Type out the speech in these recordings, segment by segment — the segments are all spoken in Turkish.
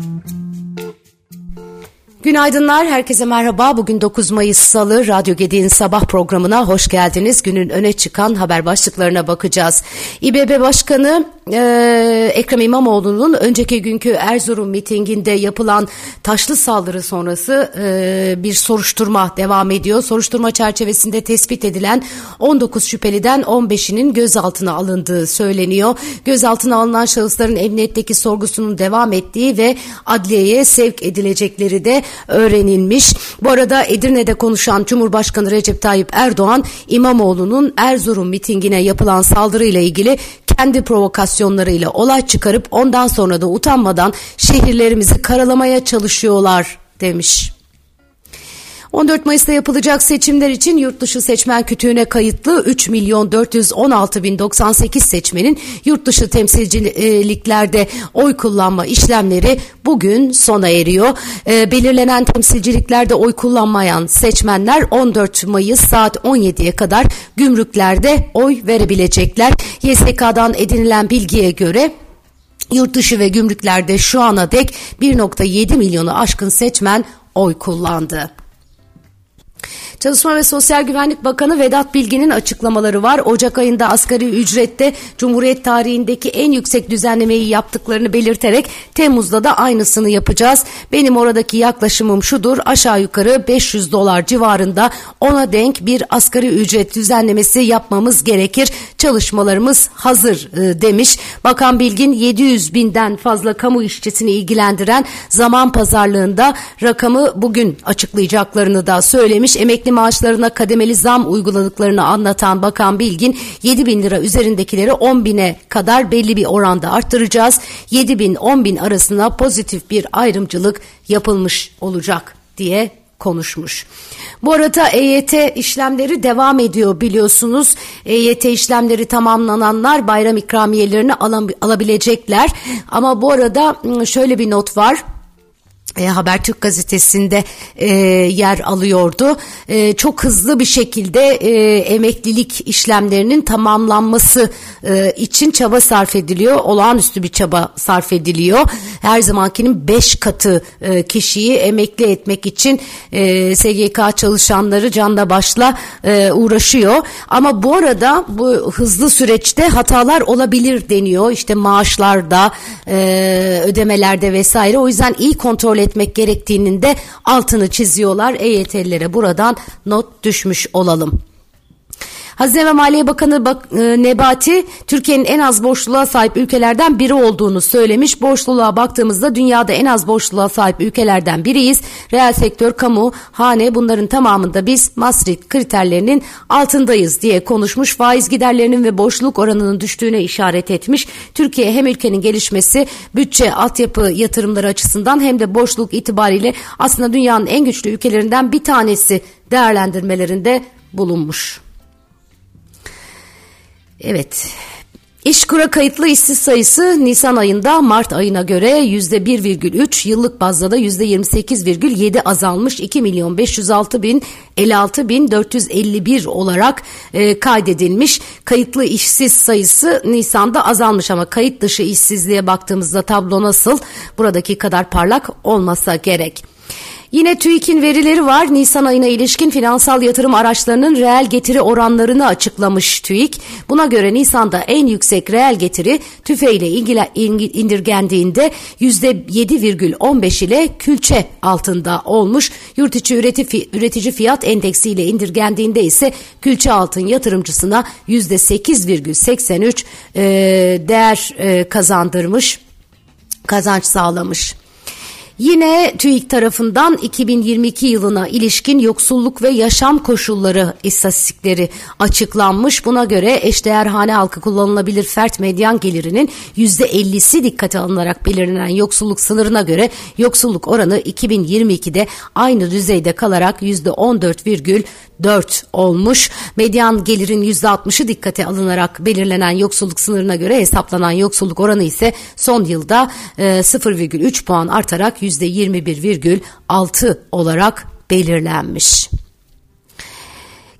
Günaydınlar, herkese merhaba. Bugün 9 Mayıs Salı, Radyo Gedi'nin sabah programına hoş geldiniz. Günün öne çıkan haber başlıklarına bakacağız. İBB Başkanı Ekrem İmamoğlu'nun önceki günkü Erzurum mitinginde yapılan taşlı saldırı sonrası bir soruşturma devam ediyor. Soruşturma çerçevesinde tespit edilen 19 şüpheliden 15'inin gözaltına alındığı söyleniyor. Gözaltına alınan şahısların emniyetteki sorgusunun devam ettiği ve adliyeye sevk edilecekleri de öğrenilmiş. Bu arada Edirne'de konuşan Cumhurbaşkanı Recep Tayyip Erdoğan, İmamoğlu'nun Erzurum mitingine yapılan saldırıyla ilgili kendi provokasyonlarıyla olay çıkarıp ondan sonra da utanmadan şehirlerimizi karalamaya çalışıyorlar demiş. 14 Mayıs'ta yapılacak seçimler için yurtdışı seçmen kütüğüne kayıtlı 3.416.098 seçmenin yurtdışı temsilciliklerde oy kullanma işlemleri bugün sona eriyor. Belirlenen temsilciliklerde oy kullanmayan seçmenler 14 Mayıs saat 17'ye kadar gümrüklerde oy verebilecekler. YSK'dan edinilen bilgiye göre yurtdışı ve gümrüklerde şu ana dek 1.7 milyonu aşkın seçmen oy kullandı. Çalışma ve Sosyal Güvenlik Bakanı Vedat Bilgin'in açıklamaları var. Ocak ayında asgari ücrette Cumhuriyet tarihindeki en yüksek düzenlemeyi yaptıklarını belirterek Temmuz'da da aynısını yapacağız. Benim oradaki yaklaşımım şudur: aşağı yukarı $500 civarında ona denk bir asgari ücret düzenlemesi yapmamız gerekir. Çalışmalarımız hazır demiş. Bakan Bilgin 700 binden fazla kamu işçisini ilgilendiren zaman pazarlığında rakamı bugün açıklayacaklarını da söylemiş. Emekli maaşlarına kademeli zam uyguladıklarını anlatan Bakan Bilgin 7.000 lira üzerindekileri 10.000'e kadar belli bir oranda arttıracağız. 7.000-10.000 arasına pozitif bir ayrımcılık yapılmış olacak diye konuşmuş. Bu arada EYT işlemleri devam ediyor biliyorsunuz. EYT işlemleri tamamlananlar bayram ikramiyelerini alabilecekler. Ama bu arada şöyle bir not var. Habertürk gazetesinde yer alıyordu. Çok hızlı bir şekilde emeklilik işlemlerinin tamamlanması için çaba sarf ediliyor. Olağanüstü bir çaba sarf ediliyor. Her zamankinin 5 katı kişiyi emekli etmek için SGK çalışanları canla başla uğraşıyor. Ama bu arada bu hızlı süreçte hatalar olabilir deniyor. İşte maaşlarda, ödemelerde vesaire. O yüzden iyi kontrol etmek gerektiğinin de altını çiziyorlar. EYT'lilere buradan not düşmüş olalım. Hazine ve Maliye Bakanı Nebati, Türkiye'nin en az borçluluğa sahip ülkelerden biri olduğunu söylemiş. Borçluluğa baktığımızda dünyada en az borçluluğa sahip ülkelerden biriyiz. Reel sektör, kamu, hane, bunların tamamında biz Maastricht kriterlerinin altındayız diye konuşmuş. Faiz giderlerinin ve borçluluk oranının düştüğüne işaret etmiş. Türkiye hem ülkenin gelişmesi, bütçe, altyapı yatırımları açısından hem de borçluluk itibariyle aslında dünyanın en güçlü ülkelerinden bir tanesi değerlendirmelerinde bulunmuş. Evet, İşkur'a kayıtlı işsiz sayısı Nisan ayında Mart ayına göre %1,3, yıllık bazda da %28,7 azalmış. 2.506.056.451 olarak kaydedilmiş. Kayıtlı işsiz sayısı Nisan'da azalmış ama kayıt dışı işsizliğe baktığımızda tablo nasıl? Buradaki kadar parlak olmasa gerek. Yine TÜİK'in verileri var. Nisan ayına ilişkin finansal yatırım araçlarının reel getiri oranlarını açıklamış TÜİK. Buna göre Nisan'da en yüksek reel getiri tüfe ile indirgendiğinde %7,15 ile külçe altında olmuş. Yurt içi üretici fiyat endeksi ile indirgendiğinde ise külçe altın yatırımcısına %8,83 değer kazandırmış, kazanç sağlamış. Yine TÜİK tarafından 2022 yılına ilişkin yoksulluk ve yaşam koşulları istatistikleri açıklanmış. Buna göre eşdeğer hane halkı kullanılabilir fert medyan gelirinin %50'si dikkate alınarak belirlenen yoksulluk sınırına göre yoksulluk oranı 2022'de aynı düzeyde kalarak %14,4 olmuş. Medyan gelirin %60'ı dikkate alınarak belirlenen yoksulluk sınırına göre hesaplanan yoksulluk oranı ise son yılda 0,3 puan artarak %21,6 olarak belirlenmiş.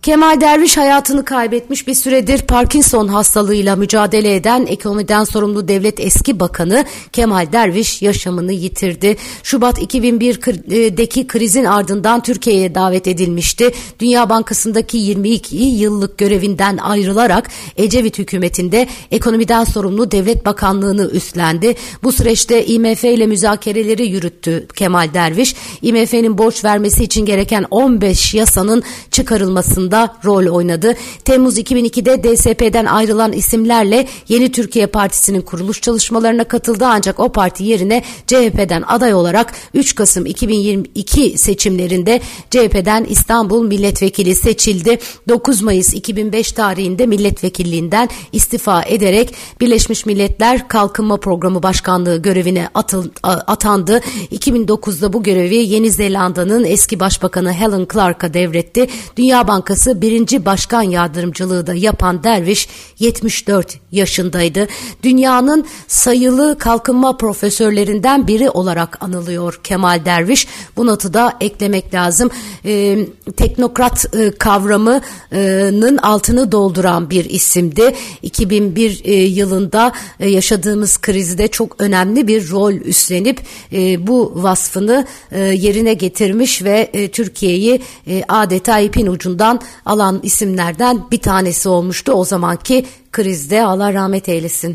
Kemal Derviş hayatını kaybetmiş. Bir süredir Parkinson hastalığıyla mücadele eden ekonomiden sorumlu devlet eski bakanı Kemal Derviş yaşamını yitirdi. Şubat 2001'deki krizin ardından Türkiye'ye davet edilmişti. Dünya Bankası'ndaki 22 yıllık görevinden ayrılarak Ecevit hükümetinde ekonomiden sorumlu devlet bakanlığını üstlendi. Bu süreçte IMF ile müzakereleri yürüttü Kemal Derviş. IMF'nin borç vermesi için gereken 15 yasanın çıkarılmasında rol oynadı. Temmuz 2002'de DSP'den ayrılan isimlerle Yeni Türkiye Partisi'nin kuruluş çalışmalarına katıldı, ancak o parti yerine CHP'den aday olarak 3 Kasım 2022 seçimlerinde CHP'den İstanbul milletvekili seçildi. 9 Mayıs 2005 tarihinde milletvekilliğinden istifa ederek Birleşmiş Milletler Kalkınma Programı Başkanlığı görevine atandı. 2009'da bu görevi Yeni Zelanda'nın eski başbakanı Helen Clark'a devretti. Dünya Bankası 1. Başkan Yardımcılığı da yapan Derviş 74 yaşındaydı. Dünyanın sayılı kalkınma profesörlerinden biri olarak anılıyor Kemal Derviş. Bu notu da eklemek lazım. Teknokrat kavramının altını dolduran bir isimdi. 2001 yılında yaşadığımız krizde çok önemli bir rol üstlenip bu vasfını yerine getirmiş ve Türkiye'yi adeta ipin ucundan alan isimlerden bir tanesi olmuştu o zamanki krizde. Allah rahmet eylesin.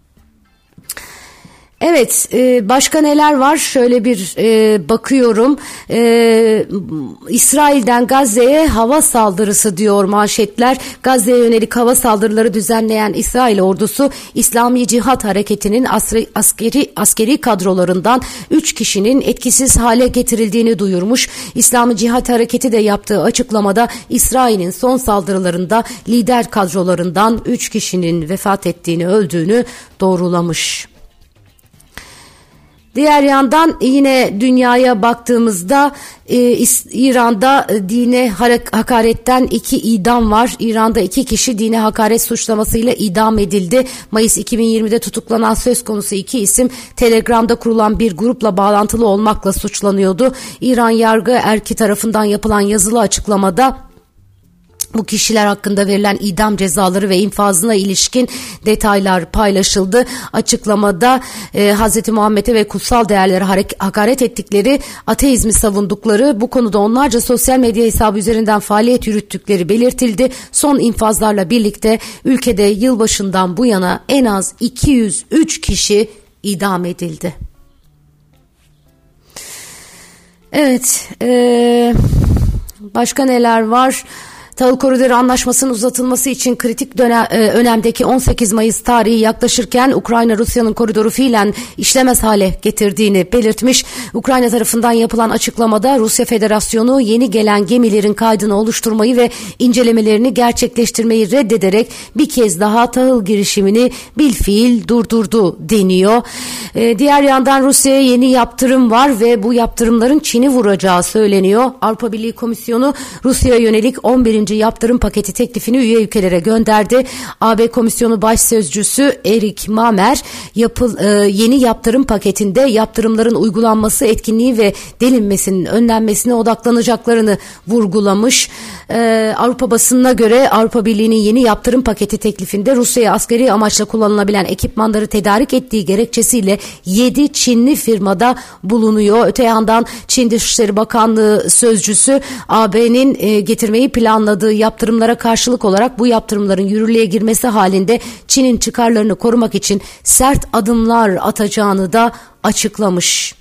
Evet, başka neler var? Şöyle bir bakıyorum. İsrail'den Gazze'ye hava saldırısı diyor manşetler. Gazze'ye yönelik hava saldırıları düzenleyen İsrail ordusu İslami Cihat Hareketi'nin askeri kadrolarından 3 kişinin etkisiz hale getirildiğini duyurmuş. İslami Cihat Hareketi de yaptığı açıklamada İsrail'in son saldırılarında lider kadrolarından 3 kişinin vefat ettiğini, öldüğünü doğrulamış. Diğer yandan yine dünyaya baktığımızda İran'da dine hakaretten 2 idam var. İran'da 2 kişi dine hakaret suçlamasıyla idam edildi. Mayıs 2020'de tutuklanan söz konusu 2 isim Telegram'da kurulan bir grupla bağlantılı olmakla suçlanıyordu. İran yargı erki tarafından yapılan yazılı açıklamada bu kişiler hakkında verilen idam cezaları ve infazına ilişkin detaylar paylaşıldı. Açıklamada Hz. Muhammed'e ve kutsal değerlere hakaret ettikleri, ateizmi savundukları, bu konuda onlarca sosyal medya hesabı üzerinden faaliyet yürüttükleri belirtildi. Son infazlarla birlikte ülkede yılbaşından bu yana en az 203 kişi idam edildi. Evet, başka neler var? Tahıl Koridoru Anlaşması'nın uzatılması için kritik önemdeki 18 Mayıs tarihi yaklaşırken Ukrayna Rusya'nın koridoru fiilen işlemez hale getirdiğini belirtmiş. Ukrayna tarafından yapılan açıklamada Rusya Federasyonu yeni gelen gemilerin kaydını oluşturmayı ve incelemelerini gerçekleştirmeyi reddederek bir kez daha tahıl girişimini bilfiil durdurdu deniyor. Diğer yandan Rusya'ya yeni yaptırım var ve bu yaptırımların Çin'i vuracağı söyleniyor. Avrupa Birliği Komisyonu Rusya'ya yönelik 11. yaptırım paketi teklifini üye ülkelere gönderdi. AB Komisyonu Baş Sözcüsü Erik Mamer yeni yaptırım paketinde yaptırımların uygulanması, etkinliği ve delinmesinin önlenmesine odaklanacaklarını vurgulamış. Avrupa basınına göre Avrupa Birliği'nin yeni yaptırım paketi teklifinde Rusya'ya askeri amaçla kullanılabilen ekipmanları tedarik ettiği gerekçesiyle 7 Çinli firmada bulunuyor. Öte yandan Çin Dışişleri Bakanlığı Sözcüsü AB'nin getirmeyi planladığı yaptırımlara karşılık olarak bu yaptırımların yürürlüğe girmesi halinde Çin'in çıkarlarını korumak için sert adımlar atacağını da açıklamış.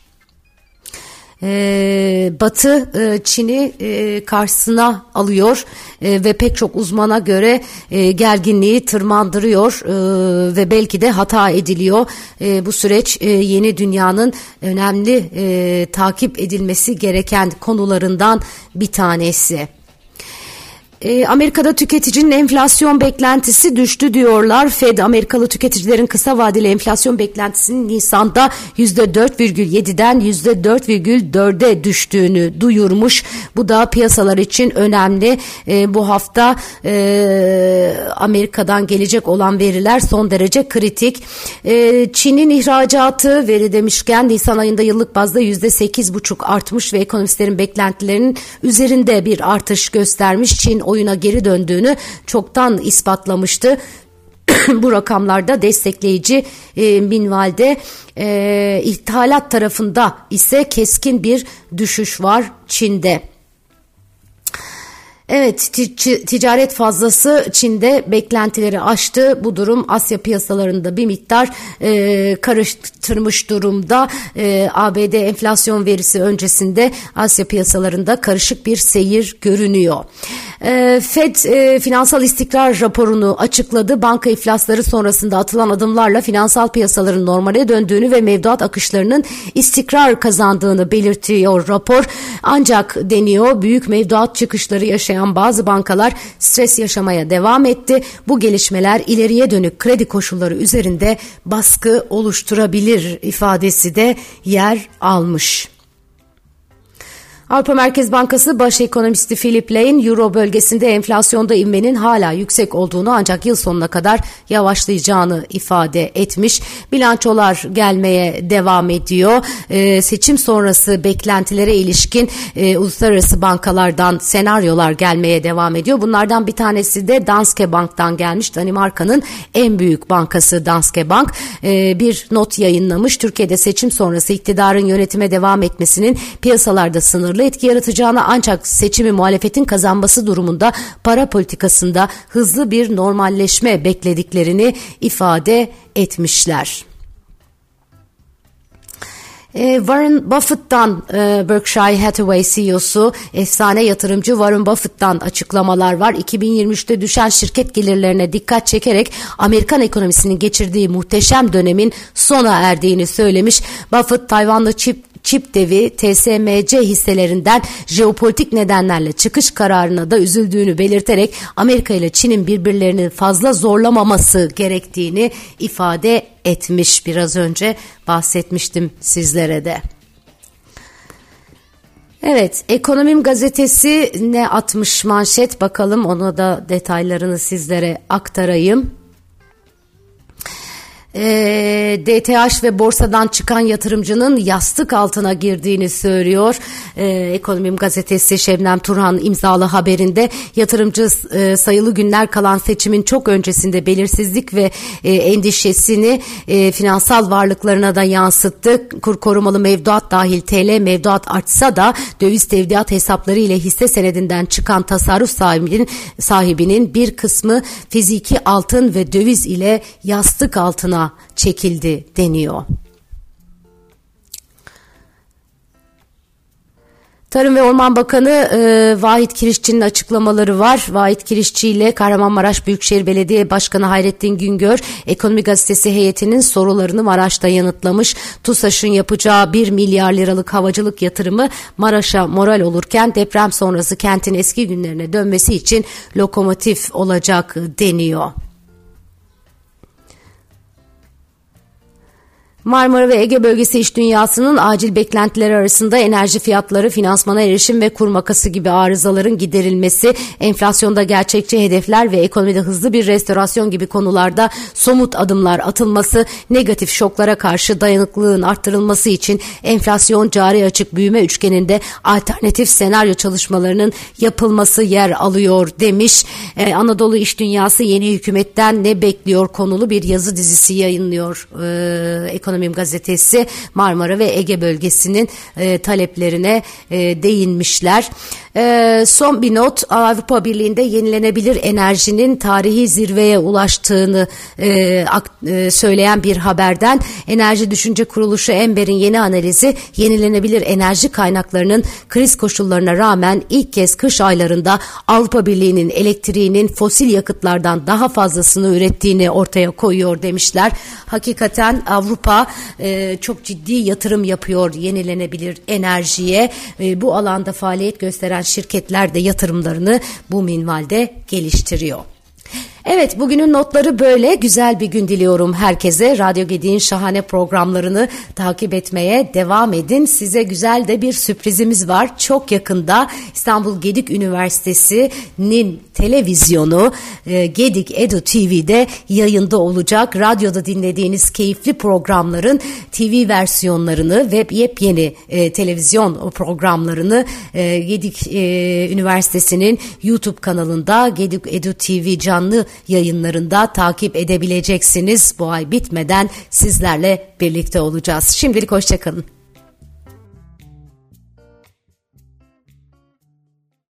Batı Çin'i karşısına alıyor ve pek çok uzmana göre gerginliği tırmandırıyor ve belki de hata ediliyor. Bu süreç yeni dünyanın önemli takip edilmesi gereken konularından bir tanesi. Amerika'da tüketicinin enflasyon beklentisi düştü diyorlar. Fed, Amerikalı tüketicilerin kısa vadeli enflasyon beklentisinin Nisan'da %4,7'den %4,4'e düştüğünü duyurmuş. Bu da piyasalar için önemli. Bu hafta Amerika'dan gelecek olan veriler son derece kritik. Çin'in ihracatı veri demişken Nisan ayında yıllık bazda %8,5 artmış ve ekonomistlerin beklentilerinin üzerinde bir artış göstermiş. Çin oyuna geri döndüğünü çoktan ispatlamıştı. Bu rakamlarda destekleyici minvalde, ithalat tarafında ise keskin bir düşüş var Çin'de. Evet, ticaret fazlası Çin'de beklentileri aştı. Bu durum Asya piyasalarında bir miktar karıştırmış durumda. ABD enflasyon verisi öncesinde Asya piyasalarında karışık bir seyir görünüyor. Fed finansal istikrar raporunu açıkladı. Banka iflasları sonrasında atılan adımlarla finansal piyasaların normale döndüğünü ve mevduat akışlarının istikrar kazandığını belirtiyor rapor. Ancak deniyor, büyük mevduat çıkışları yaşayan bazı bankalar stres yaşamaya devam etti. Bu gelişmeler ileriye dönük kredi koşulları üzerinde baskı oluşturabilir ifadesi de yer almış. Avrupa Merkez Bankası Baş Ekonomisti Philip Lane, Euro bölgesinde enflasyonda ivmenin hala yüksek olduğunu ancak yıl sonuna kadar yavaşlayacağını ifade etmiş. Bilançolar gelmeye devam ediyor. Seçim sonrası beklentilere ilişkin uluslararası bankalardan senaryolar gelmeye devam ediyor. Bunlardan bir tanesi de Danske Bank'tan gelmiş. Danimarka'nın en büyük bankası Danske Bank bir not yayınlamış. Türkiye'de seçim sonrası iktidarın yönetime devam etmesinin piyasalarda sınırlı etki yaratacağını, ancak seçimi muhalefetin kazanması durumunda para politikasında hızlı bir normalleşme beklediklerini ifade etmişler. Warren Buffett'tan Berkshire Hathaway CEO'su efsane yatırımcı Warren Buffett'tan açıklamalar var. 2023'te düşen şirket gelirlerine dikkat çekerek Amerikan ekonomisinin geçirdiği muhteşem dönemin sona erdiğini söylemiş. Buffett, Tayvanlı çip devi TSMC hisselerinden jeopolitik nedenlerle çıkış kararına da üzüldüğünü belirterek Amerika ile Çin'in birbirlerini fazla zorlamaması gerektiğini ifade etmiş. Biraz önce bahsetmiştim sizlere de. Evet, Ekonomim gazetesi ne atmış manşet, bakalım, ona da detaylarını sizlere aktarayım. DTH ve borsadan çıkan yatırımcının yastık altına girdiğini söylüyor. Ekonomim gazetesi Şebnem Turhan imzalı haberinde yatırımcı sayılı günler kalan seçimin çok öncesinde belirsizlik ve endişesini finansal varlıklarına da yansıttı. Kur korumalı mevduat dahil TL mevduat artsa da döviz tevdiat hesapları ile hisse senedinden çıkan tasarruf sahibinin bir kısmı fiziki altın ve döviz ile yastık altına çekildi deniyor. Tarım ve Orman Bakanı Vahit Kirişçi'nin açıklamaları var. Vahit Kirişçi ile Kahramanmaraş Büyükşehir Belediye Başkanı Hayrettin Güngör, Ekonomi Gazetesi heyetinin sorularını Maraş'ta yanıtlamış. TUSAŞ'ın yapacağı 1 milyar liralık havacılık yatırımı Maraş'a moral olurken deprem sonrası kentin eski günlerine dönmesi için lokomotif olacak deniyor. Marmara ve Ege bölgesi iş dünyasının acil beklentileri arasında enerji fiyatları, finansmana erişim ve kur makası gibi arızaların giderilmesi, enflasyonda gerçekçi hedefler ve ekonomide hızlı bir restorasyon gibi konularda somut adımlar atılması, negatif şoklara karşı dayanıklılığın arttırılması için enflasyon cari açık büyüme üçgeninde alternatif senaryo çalışmalarının yapılması yer alıyor demiş. Anadolu İş Dünyası yeni hükümetten ne bekliyor konulu bir yazı dizisi yayınlıyor. Ekonomim gazetesi Marmara ve Ege bölgesinin taleplerine değinmişler. Son bir not, Avrupa Birliği'nde yenilenebilir enerjinin tarihi zirveye ulaştığını söyleyen bir haberden Enerji Düşünce Kuruluşu Ember'in yeni analizi, yenilenebilir enerji kaynaklarının kriz koşullarına rağmen ilk kez kış aylarında Avrupa Birliği'nin elektriğinin fosil yakıtlardan daha fazlasını ürettiğini ortaya koyuyor demişler. Hakikaten Avrupa çok ciddi yatırım yapıyor yenilenebilir enerjiye. Bu alanda faaliyet gösteren şirketler de yatırımlarını bu minvalde geliştiriyor. Evet, bugünün notları böyle. Güzel bir gün diliyorum herkese. Radyo Gedik'in şahane programlarını takip etmeye devam edin. Size güzel de bir sürprizimiz var. Çok yakında İstanbul Gedik Üniversitesi'nin televizyonu Gedik Edu TV'de yayında olacak. Radyoda dinlediğiniz keyifli programların TV versiyonlarını ve yepyeni televizyon programlarını Gedik Üniversitesi'nin YouTube kanalında Gedik Edu TV canlı yayınlarında takip edebileceksiniz. Bu ay bitmeden sizlerle birlikte olacağız. Şimdilik hoşça kalın.